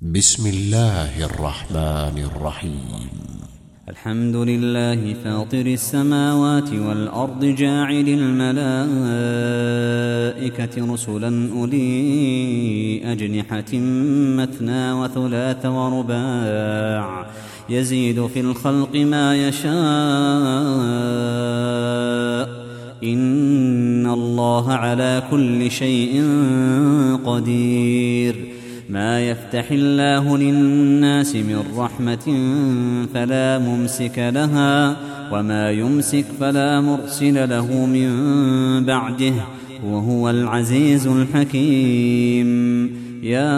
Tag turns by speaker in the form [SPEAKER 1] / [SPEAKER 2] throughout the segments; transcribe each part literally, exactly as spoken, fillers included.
[SPEAKER 1] بسم الله الرحمن الرحيم.
[SPEAKER 2] الحمد لله فاطر السماوات والأرض جاعل الملائكة رسلا أولي أجنحة مثنى وثلاث ورباع يزيد في الخلق ما يشاء إن الله على كل شيء قدير. ما يفتح الله للناس من رحمة فلا ممسك لها وما يمسك فلا مرسل له من بعده وهو العزيز الحكيم. يا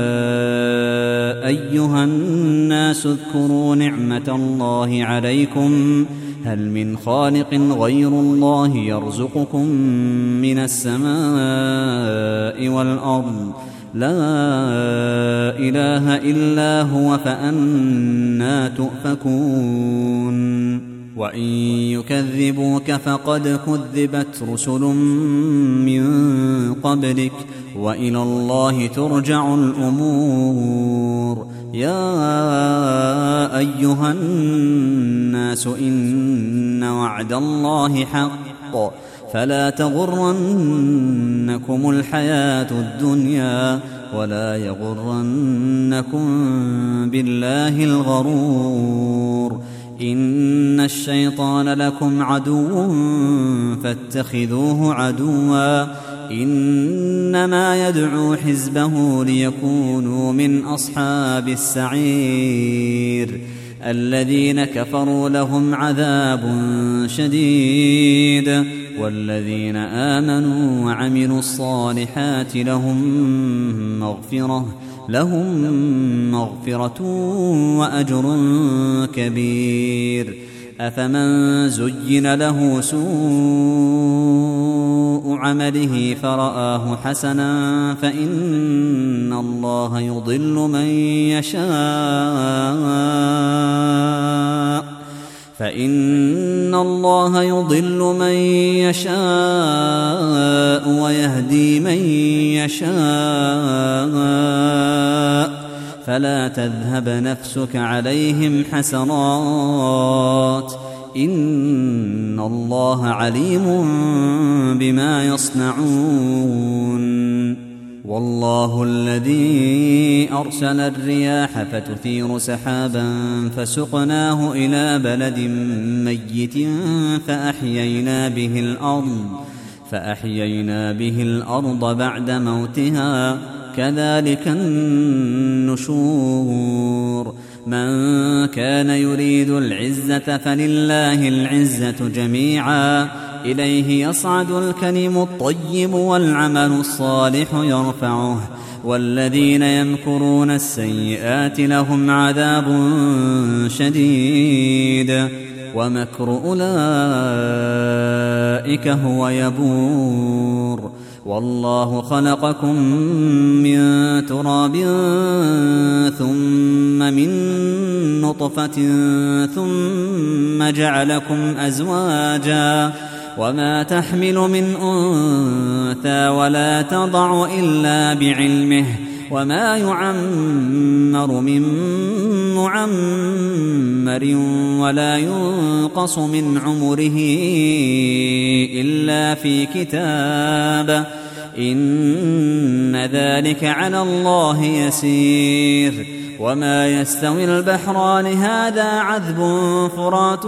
[SPEAKER 2] أيها الناس اذكروا نعمة الله عليكم هل من خالق غير الله يرزقكم من السماء والأرض لا إله إلا هو فأنى تؤفكون. وإن يكذبوك فقد كذبت رسل من قبلك وإلى الله ترجع الأمور. يا أيها الناس إن وعد الله حق فلا تغرنكم الحياة الدنيا ولا يغرنكم بالله الغرور. إن الشيطان لكم عدو فاتخذوه عدوا إنما يدعو حزبه ليكونوا من أصحاب السعير. الذين كفروا لهم عذاب شديد والذين آمنوا وعملوا الصالحات لهم مغفرة لهم مغفرة وأجر كبير. أفمن زين له سوء عمله فرآه حسنا فإن الله يضل من يشاء فإن الله يضل من يشاء ويهدي من يشاء فلا تذهب نفسك عليهم حسرات إن الله عليم بما يصنعون. والله الذي أرسل الرياح فتثير سحابا فسقناه إلى بلد ميت فأحيينا به الأرض فأحيينا به الأرض بعد موتها كذلك النشور. من كان يريد العزة فلله العزة جميعا إليه يصعد الكلم الطيب والعمل الصالح يرفعه والذين يمكرون السيئات لهم عذاب شديد ومكر أولئك هو يبور. والله خلقكم من تراب ثم من نطفة ثم جعلكم أزواجا وما تحمل من أنثى ولا تضع إلا بعلمه وما يعمر من معمر ولا ينقص من عمره إلا في كتاب إن ذلك على الله يسير. وما يستوي البحران هذا عذب فرات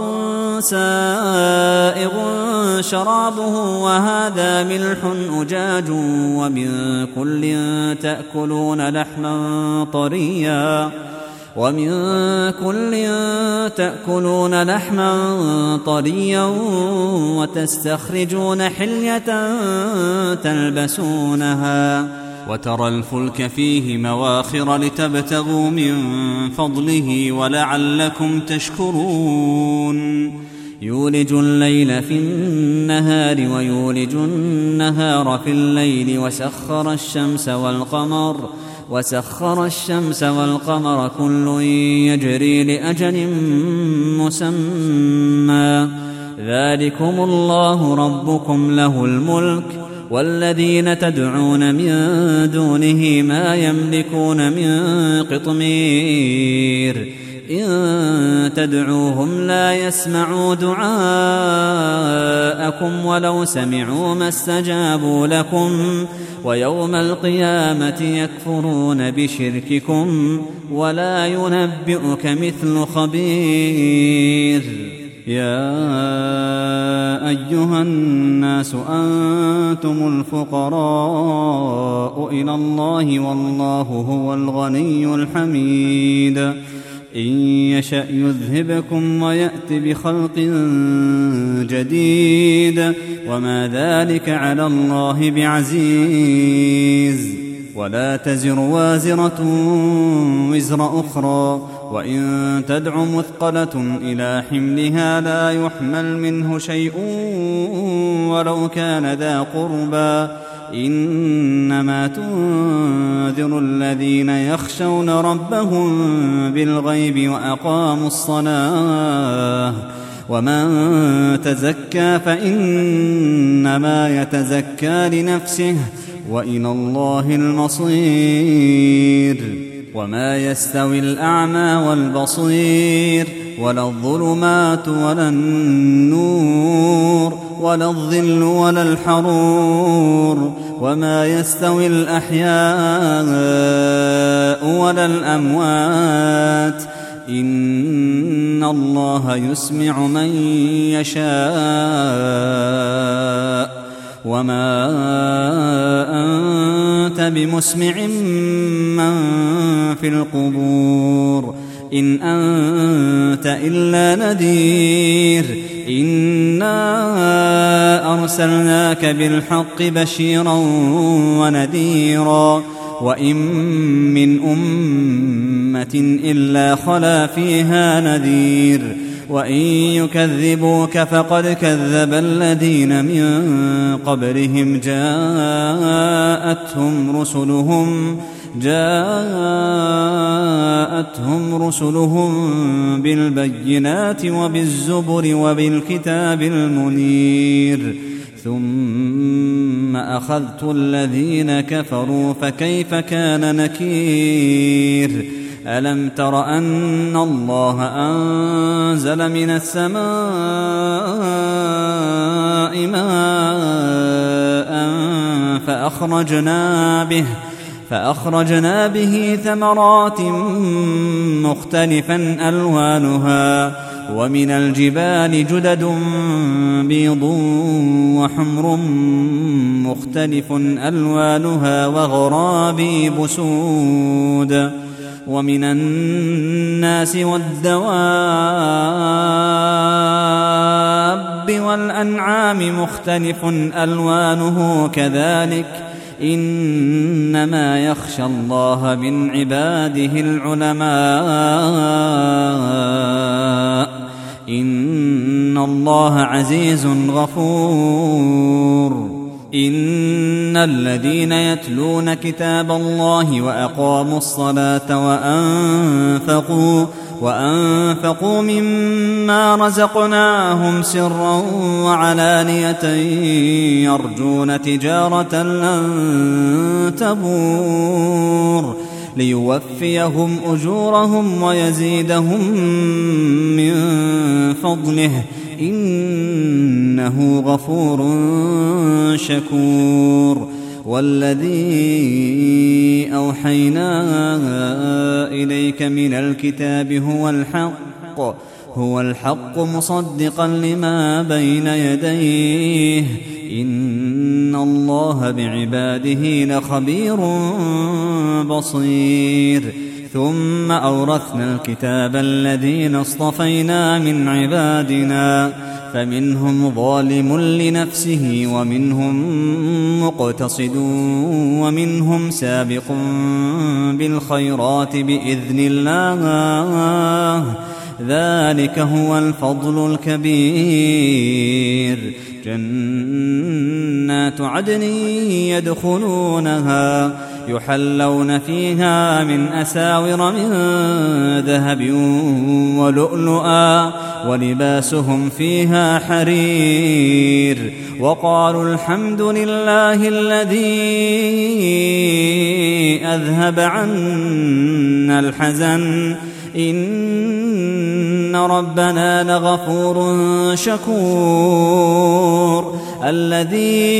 [SPEAKER 2] سائغ شرابه وهذا ملح أجاج ومن كل تأكلون لحما طريا ومن كل تأكلون لحما طريا وتستخرجون حلية تلبسونها وترى الفلك فيه مواخر لتبتغوا من فضله ولعلكم تشكرون. يولج الليل في النهار ويولج النهار في الليل وسخر الشمس والقمر وسخر الشمس والقمر كل يجري لأجل مسمى ذلكم الله ربكم له الملك والذين تدعون من دونه ما يملكون من قطمير إن تدعوهم لا يسمعوا دعاءكم ولو سمعوا ما استجابوا لكم ويوم القيامة يكفرون بشرككم ولا ينبئك مثل خبير. يا أيها الناس أنتم الفقراء إلى الله والله هو الغني الحميد. إن يشأ يذهبكم ويأت بخلق جديد وما ذلك على الله بعزيز. ولا تزر وازرة وزر أخرى وإن تدع مثقلة إلى حملها لا يحمل منه شيء ولو كان ذا قربى إنما تنذر الذين يخشون ربهم بالغيب وأقاموا الصلاة ومن تزكى فإنما يتزكى لنفسه وإلى الله المصير. وما يستوي الأعمى والبصير ولا الظلمات ولا النور ولا الظل ولا الحرور وما يستوي الأحياء ولا الأموات إن الله يسمع من يشاء وما أنت بمسمع من في القبور إن أنت إلا نذير. إنا أرسلناك بالحق بشيرا ونذيرا وإن من أمة إلا خلا فيها نذير وإن يكذبوك فقد كذب الذين من قبلهم جاءتهم رسلهم جاءتهم رسلهم بالبينات وبالزبر وبالكتاب المنير ثم أخذت الذين كفروا فكيف كان نكير. ألم تر أن الله أنزل من السماء ماء فأخرجنا به فأخرجنا به ثمرات مختلفا ألوانها ومن الجبال جدد بيض وحمر مختلف ألوانها وغرابيب سود ومن الناس والدواب والأنعام مختلف ألوانه كذلك إنما يخشى الله من عباده العلماء إن الله عزيز غفور. إن الذين يتلون كتاب الله وأقاموا الصلاة وأنفقوا وأنفقوا مما رزقناهم سرا وعلانية يرجون تجارة لن تبور ليوفيهم أجورهم ويزيدهم من فضله إنه غفور شكور. والذي أوحينا إليك من الكتاب هو الحق هو الحق مصدقا لما بين يديه إن الله بعباده لخبير بصير. ثم أورثنا الكتاب الذين اصطفينا من عبادنا فمنهم ظالم لنفسه ومنهم مقتصد ومنهم سابق بالخيرات بإذن الله ذلك هو الفضل الكبير. جنات عدن يدخلونها يحلون فيها من أساور من ذهب ولؤلؤا ولباسهم فيها حرير وقالوا الحمد لله الذي أذهب عنا الحزن إن ربنا لغفور شكور الذي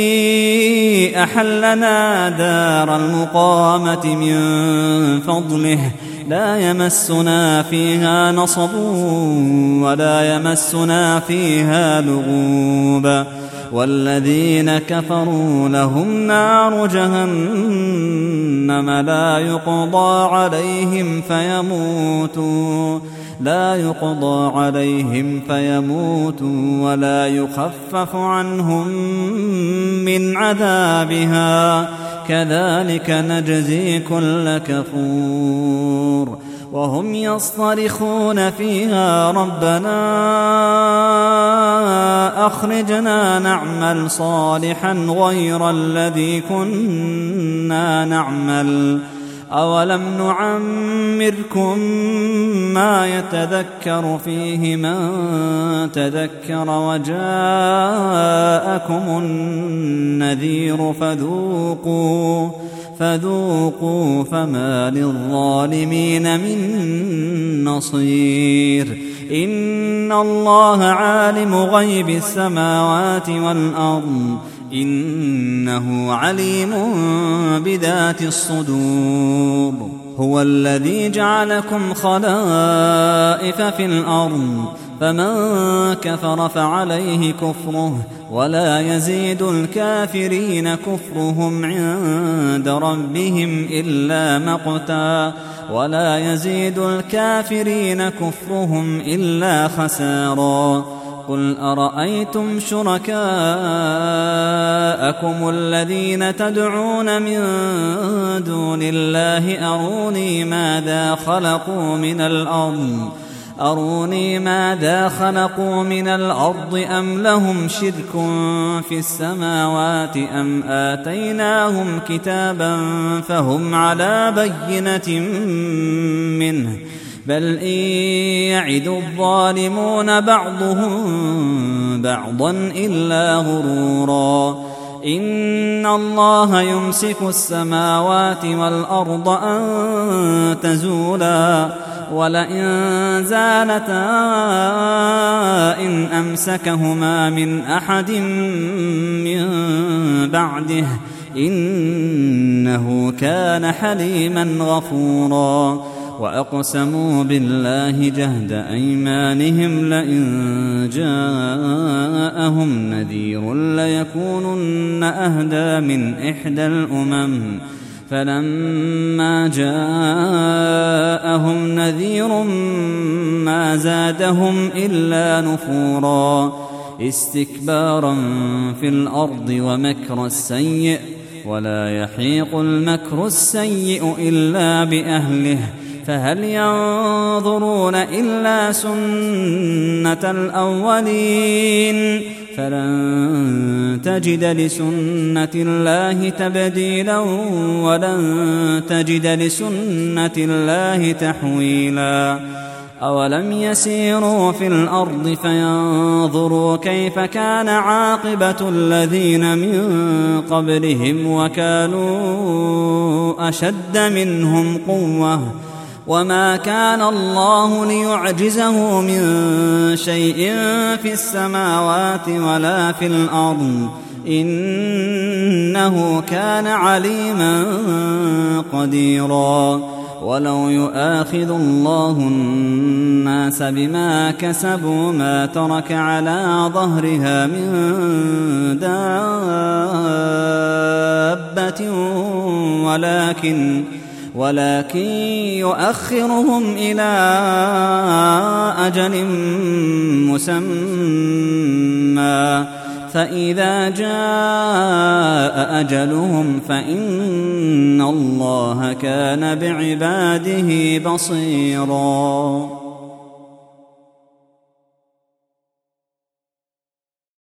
[SPEAKER 2] أحلنا دار المقامة من فضله لا يمسنا فيها نصب ولا يمسنا فيها لغوب والذين كفروا لهم نار جهنم لا يقضى عليهم فيموتوا لا يقضى عليهم فيموتوا ولا يخفف عنهم من عذابها كذلك نجزي كل كفور وهم يصطرخون فيها ربنا أخرجنا نعمل صالحا غير الذي كنا نعمل أولم نعمركم ما يتذكر فيه من تذكر وجاءكم النذير فذوقوا فذوقوا فما للظالمين من نصير إن الله عالم غيب السماوات والأرض إنه عليم بذات الصدور هو الذي جعلكم خلائف في الأرض فمن كفر فعليه كفره ولا يزيد الكافرين كفرهم عند ربهم إلا مقتا ولا يزيد الكافرين كفرهم إلا خسارا قل أرأيتم شركاءكم الذين تدعون من دون الله أروني ماذا خلقوا من الأرض أروني ماذا خلقوا من الأرض أم لهم شرك في السماوات أم آتيناهم كتابا فهم على بينة منه بل إن يعد الظالمون بعضهم بعضا إلا غرورا إن الله يمسك السماوات والأرض أن تزولا ولئن زالتا إن أمسكهما من أحد من بعده إنه كان حليما غفورا وأقسموا بالله جهد أيمانهم لئن جاءهم نذير ليكونن أهدى من إحدى الأمم فلما جاءهم نذير ما زادهم إلا نفورا استكبارا في الأرض ومكر السيء ولا يحيق المكر السيء إلا بأهله فهل ينظرون إلا سنة الأولين فلن تجد لسنة الله تبديلا ولن تجد لسنة الله تحويلا أولم يسيروا في الأرض فينظروا كيف كان عاقبة الذين من قبلهم وكانوا أشد منهم قوة وما كان الله ليعجزه من شيء في السماوات ولا في الأرض إنه كان عليما قديرا ولو يؤاخذ الله الناس بما كسبوا ما ترك على ظهرها من دابة ولكن ولكن يؤخرهم إلى أجل مسمى فإذا جاء أجلهم فإن الله كان بعباده بصيراً